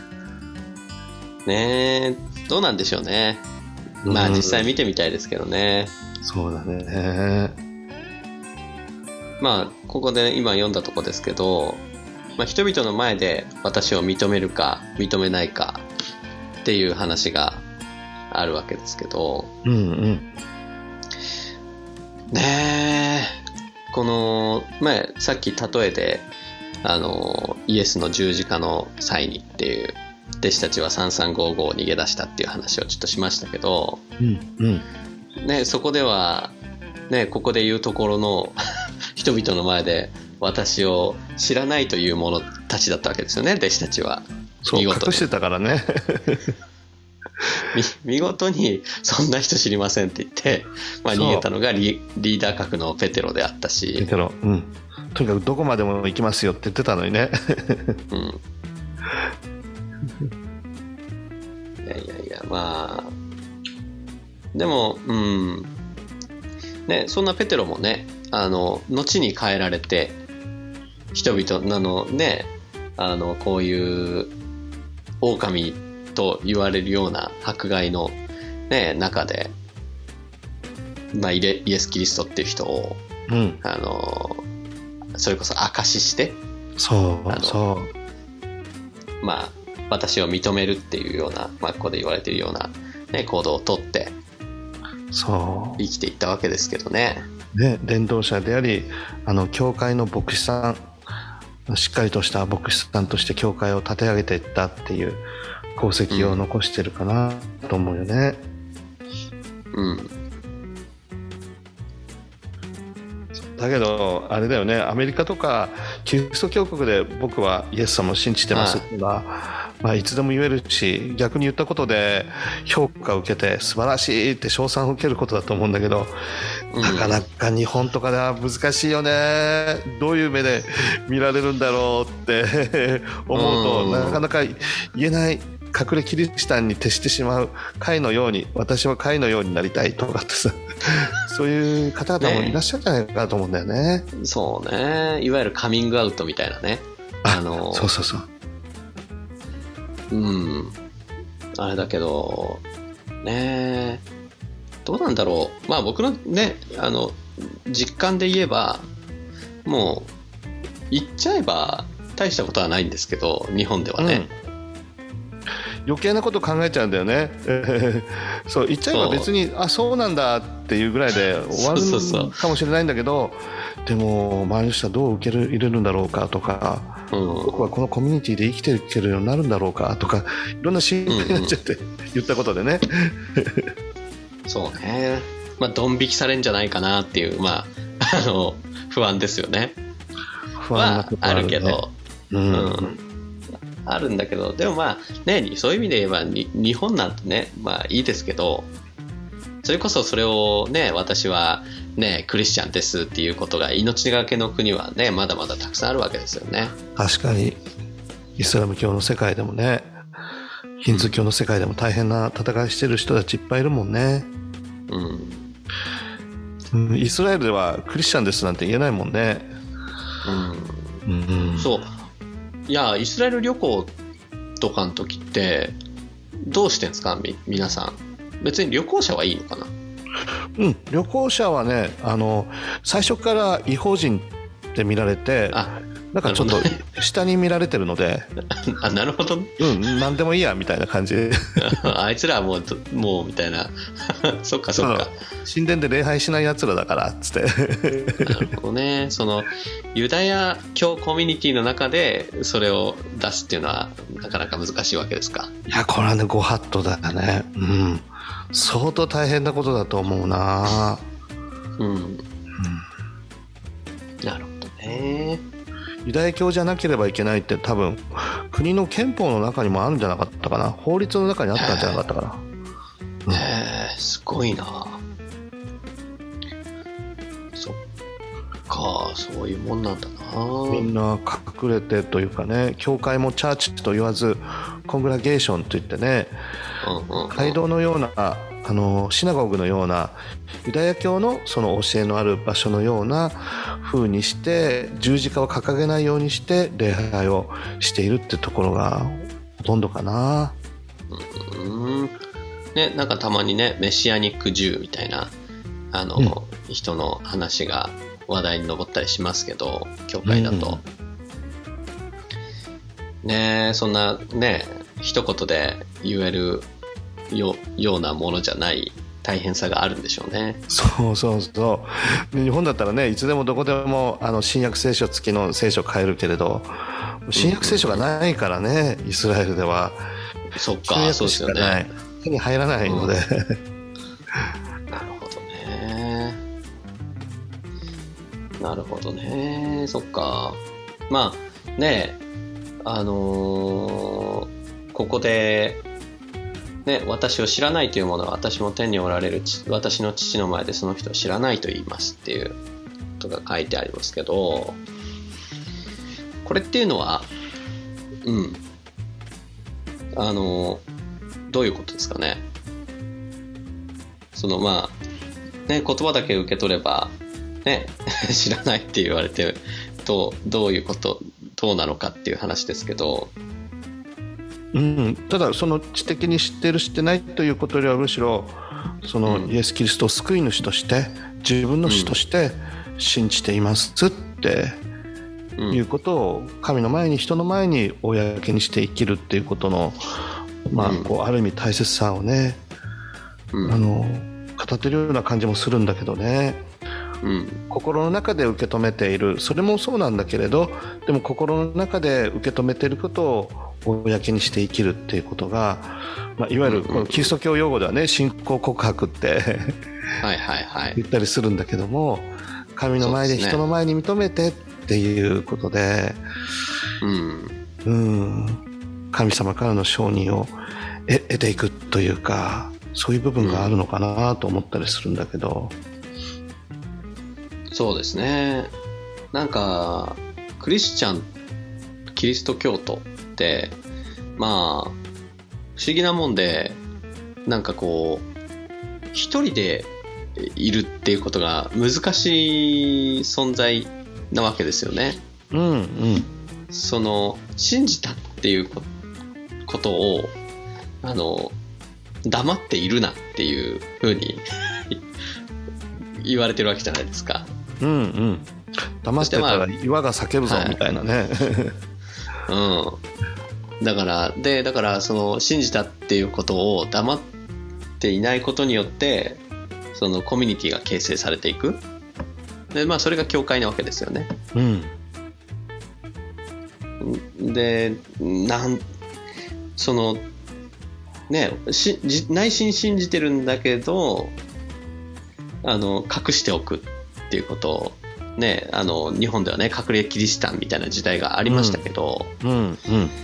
ねえ、どうなんでしょうね。まあ実際見てみたいですけどね。 そうだね。 まあここで今読んだとこですけど、まあ、人々の前で私を認めるか認めないかっていう話があるわけですけど、 うんうん、 ねえ、この前さっき例えであのイエスの十字架の際にっていう弟子たちはさんさんごーごーを逃げ出したっていう話をちょっとしましたけど、 うんうんね、そこでは、ね、ここで言うところの人々の前で私を知らないという者たちだったわけですよね、弟子たちは。 そう隠してたからね見事にそんな人知りませんって言って、まあ、逃げたのが リ, リーダー格のペテロであったし、 ペテロ、うん、とにかくどこまでも行きますよって言ってたのにね、 うん、いやいやいや、まあでも、うんね、そんなペテロもね、あの後に変えられて人々なのね、あのこういう狼と言われるような迫害の、ね、中で、まあ、イエス・キリストっていう人を、うん、あのそれこそ証しして、 そうそう、 まあ、私を認めるっていうような、まあ、ここで言われているような、ね、行動をとってそう生きていったわけですけどね。 ね、伝道者であり、あの教会の牧師さん、しっかりとした牧師さんとして教会を立て上げていったっていう功績を残してるかなと思うよね。 うん、うん、 だけどあれだよね、アメリカとかキリスト教国で僕はイエス様を信じてますっていうのは、まあ、いつでも言えるし、逆に言ったことで評価を受けて素晴らしいって称賛を受けることだと思うんだけど、うん、なかなか日本とかでは難しいよね。どういう目で見られるんだろうって思うと、うん、なかなか言えない。隠れキリシタンに徹してしまう会のように、私は会のようになりたいとかってさそういう方々もいらっしゃるんじゃないかなと思うんだよね。 そうね、いわゆるカミングアウトみたいなね。 あのそうそうそう、 うんあれだけどね、どうなんだろう。まあ僕のね、あの実感で言えばもう言っちゃえば大したことはないんですけど、日本ではね、うん余計なこと考えちゃうんだよねそう言っちゃえば別にあそうなんだっていうぐらいで終わるかもしれないんだけど、でも周りの人はどう受け入れるんだろうかとか、うん、僕はこのコミュニティで生きていけるようになるんだろうかとか、いろんな心配になっちゃって、うんうん、言ったことでねそうね、まあドン引きされるんじゃないかなっていう、まああの不安ですよね。 不安なことあるね、 あるけど、うん、うんあるんだけど、でもまあね、そういう意味で言えばに日本なんてね、まあいいですけど、それこそそれをね、私はねクリスチャンですっていうことが命がけの国はね、まだまだたくさんあるわけですよね。 確かにイスラム教の世界でもね、ヒンズー教の世界でも大変な戦いしてる人たちいっぱいいるもんね。うん、イスラエルではクリスチャンですなんて言えないもんね。 うん、うん、そう。いや、イスラエル旅行とかの時ってどうしてんですか、み皆さん。別に旅行者はいいのかな。 うん、旅行者はね、あの最初から違法人って見られて、あ、なんかちょっと下に見られてるのであ、なるほど、 うん、何でもいいやみたいな感じあいつらはもうもうみたいなそっかそっか、 神殿で礼拝しないやつらだからっつってなるほどね。そのユダヤ教コミュニティの中でそれを出すっていうのはなかなか難しいわけですか。 いや、これはねご法度だよね。うん、相当大変なことだと思うな。うん、うん、 なるほどね。 ユダヤ教じゃなければいけないって多分国の憲法の中にもあるんじゃなかったかな。法律の中にあったんじゃなかったかな。 うん、へえ、すごいな。そっか、そういうもんなんだな。 みんな隠れてというかね、教会もチャーチと言わずコングラゲーションといってね、うんうんうん、街道のようなあのシナゴグのようなユダヤ教のその教えのある場所のような風にして十字架を掲げないようにして礼拝をしているってところがほとんどかな。 うんね、なんかたまにねメシアニックジューみたいなあの、うん、人の話が話題に上ったりしますけど、教会だと、うん、ねえ、そんなね一言で言える よ, ようなものじゃない大変さがあるんでしょうね。 そうそうそう。日本だったらね、いつでもどこでもあの新約聖書付きの聖書買えるけれど、新約聖書がないからね、イスラエルでは。 そっか、そうですよね。 手に入らないので、うん、 なるほどね。なるほどね。そっか。まあね、あのー、ここでね、私を知らないというものは私も天におられる私の父の前でその人を知らないと言いますっていうことが書いてありますけど、これっていうのは、うん、あのどういうことですかね。そのまあね、言葉だけ受け取ればね知らないって言われてどうどういうことどうなのかっていう話ですけど。 うん、ただその知的に知っている知ってないということよりはむしろそのイエス・キリストを救い主として自分の主として信じていますっていうことを神の前に人の前に公にして生きるっていうことの、まあ、こうある意味大切さをね、うん、あの語ってるような感じもするんだけどね、うん、心の中で受け止めている、それもそうなんだけれど、でも心の中で受け止めていることを公にして生きるっていうことが、まあ、いわゆるこのキリスト教用語ではね、信仰告白ってはいはい、はい、言ったりするんだけども、神の前で人の前に認めてっていうことで、うん、うん、神様からの承認を得ていくというか、そういう部分があるのかなと思ったりするんだけど、 うん、そうですね。なんかクリスチャンキリスト教徒ってまあ不思議なもんで、なんかこう一人でいるっていうことが難しい存在なわけですよね。うんうん。その信じたっていうことをあの黙っているなっていう風に言われてるわけじゃないですか。うんうん。 黙ってたら岩が裂けるぞみたいなね。 はい、うん。だからでだからその信じたっていうことを黙っていないことによってそのコミュニティが形成されていく。でまあそれが教会なわけですよね。うん。でなんそのねし内心信じてるんだけどあの隠しておくっていうことをね、あの日本ではね隠れキリシタンみたいな時代がありましたけど、うんうん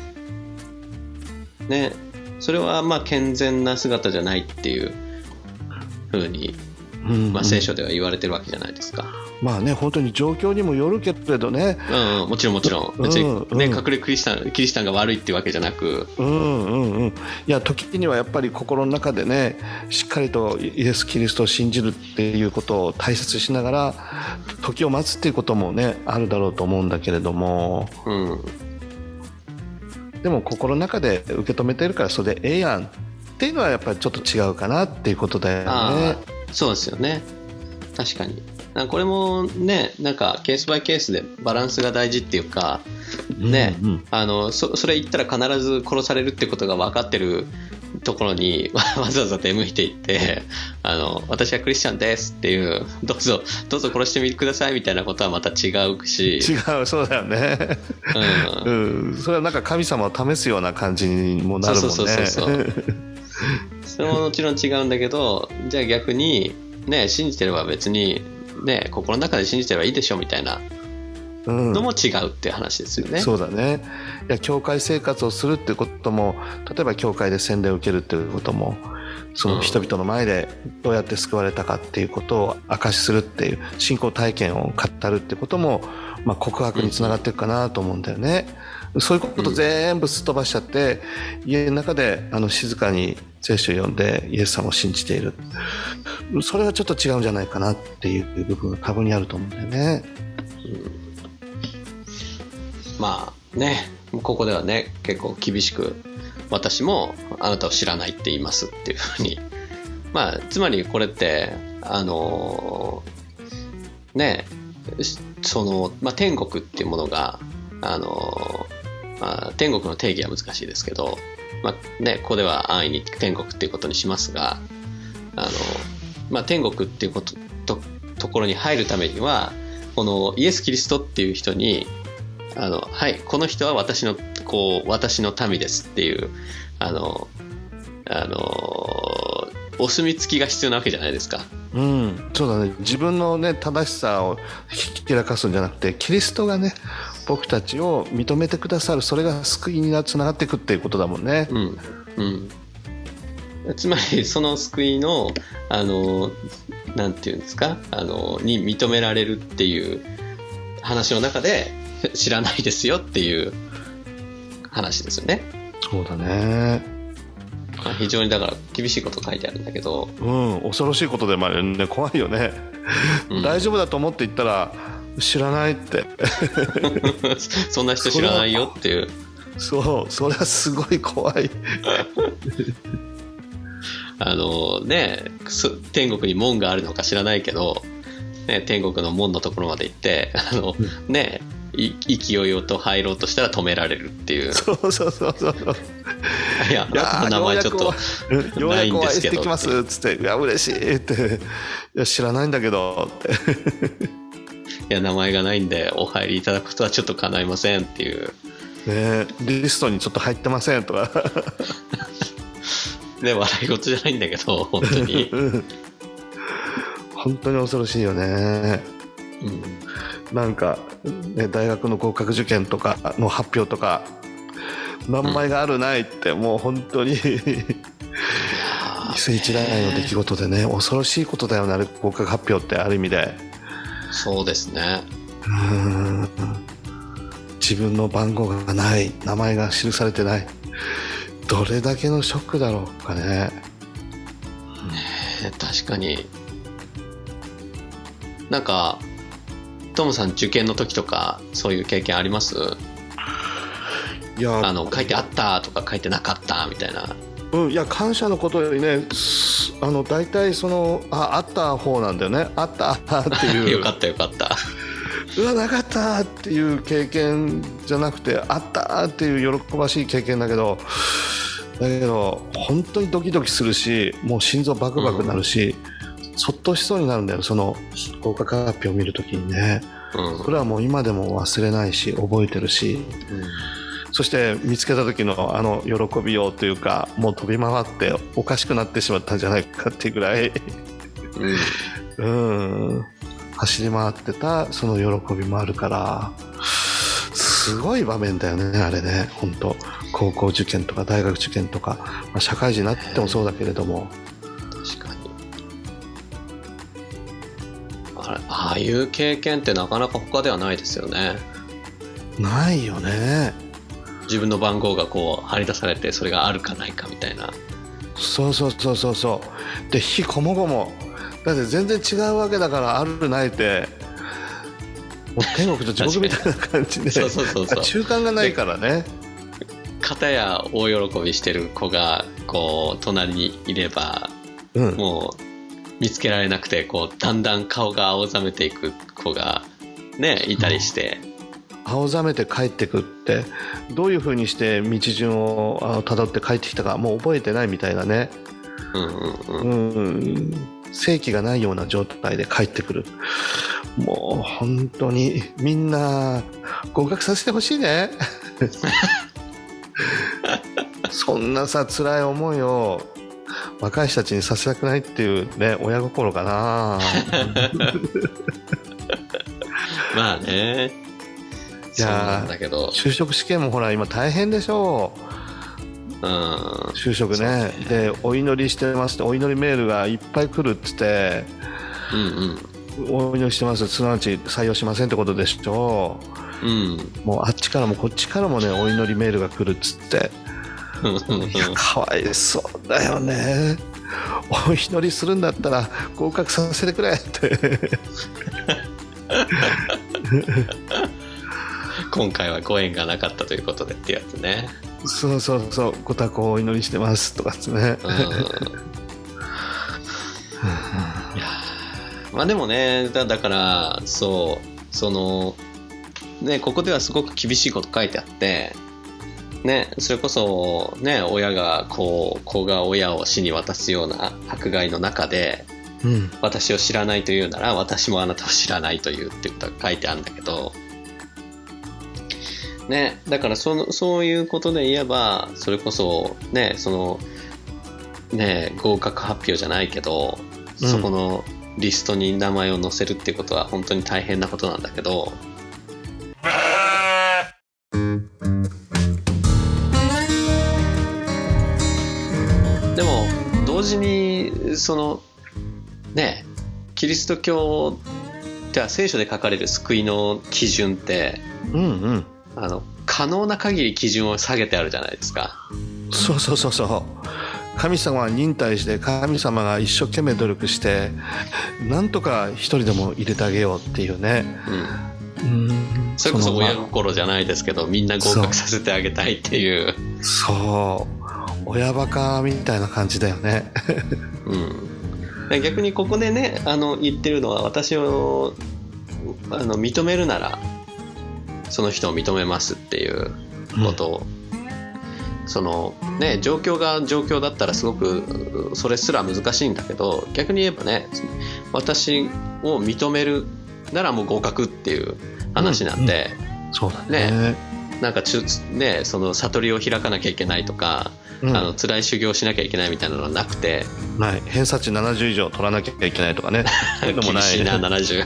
うん、ね、それはまあ健全な姿じゃないっていう風に、うんうん、まあ、聖書では言われてるわけじゃないですか。 まあね、本当に状況にもよるけれどね、 うんうん、もちろんもちろん別に、ね、うんうん、隠れキリシタン、キリシタンが悪いっていうわけじゃなく、 うんうんうん、いや時にはやっぱり心の中でねしっかりとイエス・キリストを信じるっていうことを大切にしながら時を待つっていうこともねあるだろうと思うんだけれども、うん、でも心の中で受け止めてるからそれでええやんっていうのはやっぱりちょっと違うかなっていうことだよね。 あ、そうですよね、確かに。これもね、なんかケースバイケースでバランスが大事っていうか、ね、うんうん、あの そ, それ言ったら必ず殺されるってことが分かってるところにわざわざ出向いていってあの私はクリスチャンですっていうどうぞどうぞ殺してみてくださいみたいなことはまた違うし、 違う、そうだよね、うんうん、それはなんか神様を試すような感じにもなるもんね。そうそうそうそうそれももちろん違うんだけど、じゃあ逆にね信じてれば別にね、心の中で信じてればいいでしょみたいなのも違うっていう話ですよね、うん、そうだね。いや教会生活をするってことも、例えば教会で洗礼を受けるっていうことも、その人々の前でどうやって救われたかっていうことを証しするっていう信仰体験を語るってことも、まあ、告白につながっていくかなと思うんだよね、うん、そういうこと全部すっ飛ばしちゃって、うん、家の中であの静かに聖書を読んでイエス様を信じている、それはちょっと違うんじゃないかなっていう部分が多分にあると思うんだよね、うん、まあね、ここではね結構厳しく私もあなたを知らないって言いますっていうふうに、まあつまりこれってあのー、ねその、まあ、天国っていうものがあの、まあ、天国の定義は難しいですけど、まあね、ここでは安易に天国っていうことにしますが、あの、まあ、天国っていうことと、ところに入るためにはこのイエス・キリストっていう人にあの、はい、この人は私のこう私の民ですっていうあのあのお墨付きが必要なわけじゃないですか。 うん、そうだね。自分のね正しさをひきらかすんじゃなくて、キリストがね僕たちを認めてくださる、それが救いにつながっていくっていうことだもんね。 うんうん、つまりその救いのあのなんていうんですか、あのに認められるっていう話の中で知らないですよっていう話ですよね。 そうだね。 非常にだから厳しいこと書いてあるんだけど、 うん、恐ろしいことでもあるね。怖いよね、うん、大丈夫だと思って言ったら知らないってそんな人知らないよっていう。 そうそれはすごい怖いあのね、天国に門があるのか知らないけど、ね、天国の門のところまで行ってあの、ね、勢いよと入ろうとしたら止められるっていう。 そうそうそうそういや、あなたの名前ちょっとないんですけど、 ようやくお会いしてきますっつって、いや嬉しいって、いや知らないんだけどっていや名前がないんでお入りいただくことはちょっと叶いませんっていうね。リストにちょっと入ってませんとかね、笑い事じゃないんだけど本当に本当に恐ろしいよね、うん、なんか、ね、大学の合格受験とかの発表とか名前があるないって、うん、もう本当に一世一代の出来事でね、恐ろしいことだよね、合格発表ってある意味で。 そうですね。 うーん、自分の番号がない、名前が記されてない、どれだけのショックだろうかね。 ねえ、確かに。なんかトムさん受験の時とかそういう経験あります？いや、あの書いてあったとか書いてなかったみたいな。 うん、いや感謝のことよりね、あの大体その あ, あった方なんだよね。あったっていうよかったよかったうわなかったっていう経験じゃなくて、あったっていう喜ばしい経験だけどだけど本当にドキドキするし、もう心臓バクバクなるし、うん、そっとしそうになるんだよ、その合格発表を見るときにね、うん、それはもう今でも忘れないし覚えてるし、うん、そして見つけた時のあの喜びようというか、もう飛び回っておかしくなってしまったんじゃないかっていうぐらい、うん、うん、走り回ってたその喜びもあるから、すごい場面だよねあれね。本当高校受験とか大学受験とか、まあ、社会人になってもそうだけれども、 確かに あれ、ああいう経験ってなかなか他ではないですよね。 ないよね。 自分の番号がこう張り出されて、それがあるかないかみたいな。 そうそうそうそうそうで、非こもごもだって全然違うわけだから、あるないってもう天国と地獄みたいな感じでそうそうそうそう、中間がないからね。 片や大喜びしてる子がこう隣にいれば、うん、もう見つけられなくて、こうだんだん顔が青ざめていく子がねいたりして、 うん、青ざめて帰ってくって、どういう風にして道順をたどって帰ってきたかもう覚えてないみたいなね、うんうんうんうん、正気がないような状態で帰ってくる。もう本当にみんな合格させてほしいねそんなさ辛い思いを若い人たちにさせたくないっていうね、親心かなまあね。いや、そうなんだけど、 就職試験もほら今大変でしょう。うん、就職 ね, ねでお祈りしてますってお祈りメールがいっぱい来るっつって、うんうん、お祈りしてます、すなわち採用しませんってことでしょう、うん、もうあっちからもこっちからもねお祈りメールが来るっつっていやかわいそうだよね。お祈りするんだったら合格させてくれって今回はご縁がなかったということでってやつね。 そうそうそう、ご多幸をお祈りしてますとかですね、うん、いやまあでもね、だ, だからそうそのね、ここではすごく厳しいこと書いてあって、ね、それこそ、ね、親がこう子が親を死に渡すような迫害の中で、うん、私を知らないというなら私もあなたを知らないというっていうことが書いてあるんだけど、ね、だからそのそういうことで言えばそれこそ、ね、そのね、合格発表じゃないけど、うん、そこのリストに名前を載せるっていうことは本当に大変なことなんだけど、でも同時にそのね、キリスト教では聖書で書かれる救いの基準って、うんうん、あの可能な限り基準を下げてあるじゃないですか。 そうそうそうそう。神様は忍耐して、神様が一生懸命努力してなんとか一人でも入れてあげようっていうね、うん、うん、 それこそ親心じゃないですけど、みんな合格させてあげたいっていう、 そう親バカみたいな感じだよね、 うん、逆にここでね、あの言ってるのは、私をあの認めるならその人を認めますっていうことを、うん、そのね、状況が状況だったらすごくそれすら難しいんだけど、逆に言えばね、私を認めるならもう合格っていう話なんで、 うんうん、そうだね。 ね、なんかちゅ、ね、その悟りを開かなきゃいけないとか、うん、あの辛い修行をしなきゃいけないみたいなのはなくて、 ない、偏差値ななじゅう以上取らなきゃいけないとかねそういうのもない。 厳しいなななじゅう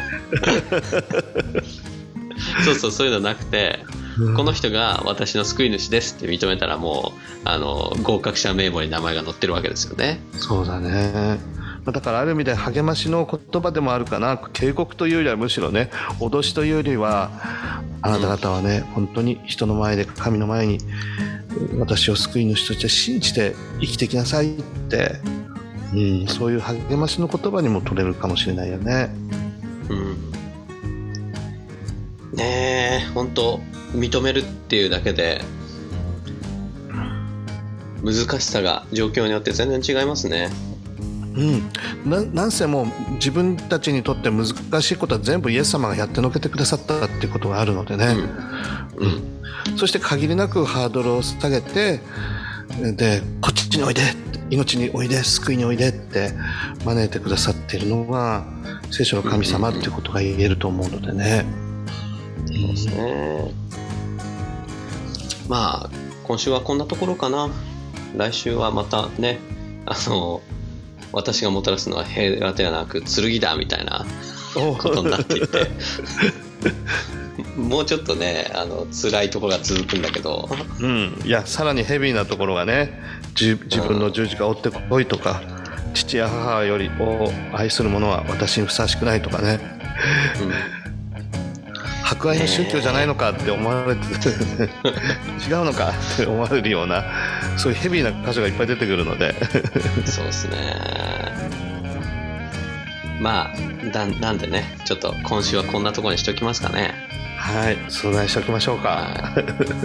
そうそう、そういうのなくて、うん、この人が私の救い主ですって認めたらもうあの合格者名簿に名前が載ってるわけですよね。 そうだね。だからある意味で励ましの言葉でもあるかな。警告というよりはむしろね、脅しというよりは、あなた方はね、うん、本当に人の前で神の前に私を救い主として信じて生きてきなさいって、うん、そういう励ましの言葉にも取れるかもしれないよね。 うん、ねえ、本当認めるっていうだけで難しさが状況によって全然違いますね。 うん、な, なんせもう自分たちにとって難しいことは全部イエス様がやってのけてくださったっていうことがあるのでね、うんうん、そして限りなくハードルを下げて、でこっちにおいで、命においで、救いにおいでって招いてくださっているのが聖書の神様っていうことが言えると思うのでね、 うんうんうん、そうですね。まあ今週はこんなところかな。来週はまたね、あの私がもたらすのは平和ではなく剣だみたいなことになっていてもうちょっとね、あの辛いところが続くんだけど、 うん、いやさらにヘビーなところがね、自分の十字架を追ってこいとか、うん、父や母よりを愛する者は私にふさわしくないとかね、うん、迫害の宗教じゃないのかって思われて、ね、違うのかって思われるような、そういうヘビーな箇所がいっぱい出てくるのでそうですね。まあだなんでね、ちょっと今週はこんなところにしておきますかね。 はい、相談しておきましょうか。はい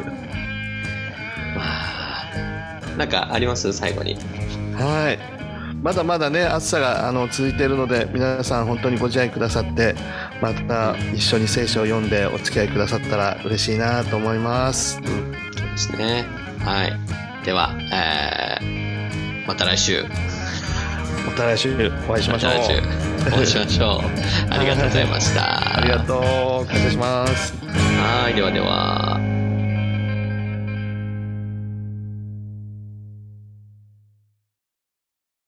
まあ、なんかあります最後に。 はい、まだまだね暑さがあの続いているので、皆さん本当にご自愛くださって、また一緒に聖書を読んでお付き合いくださったら嬉しいなと思います、うん、 そうですね。はい、では、えー、また来週また来週お会いしましょう。また来週お会いしましょうありがとうございましたありがとう、感謝します。 はい、ではでは。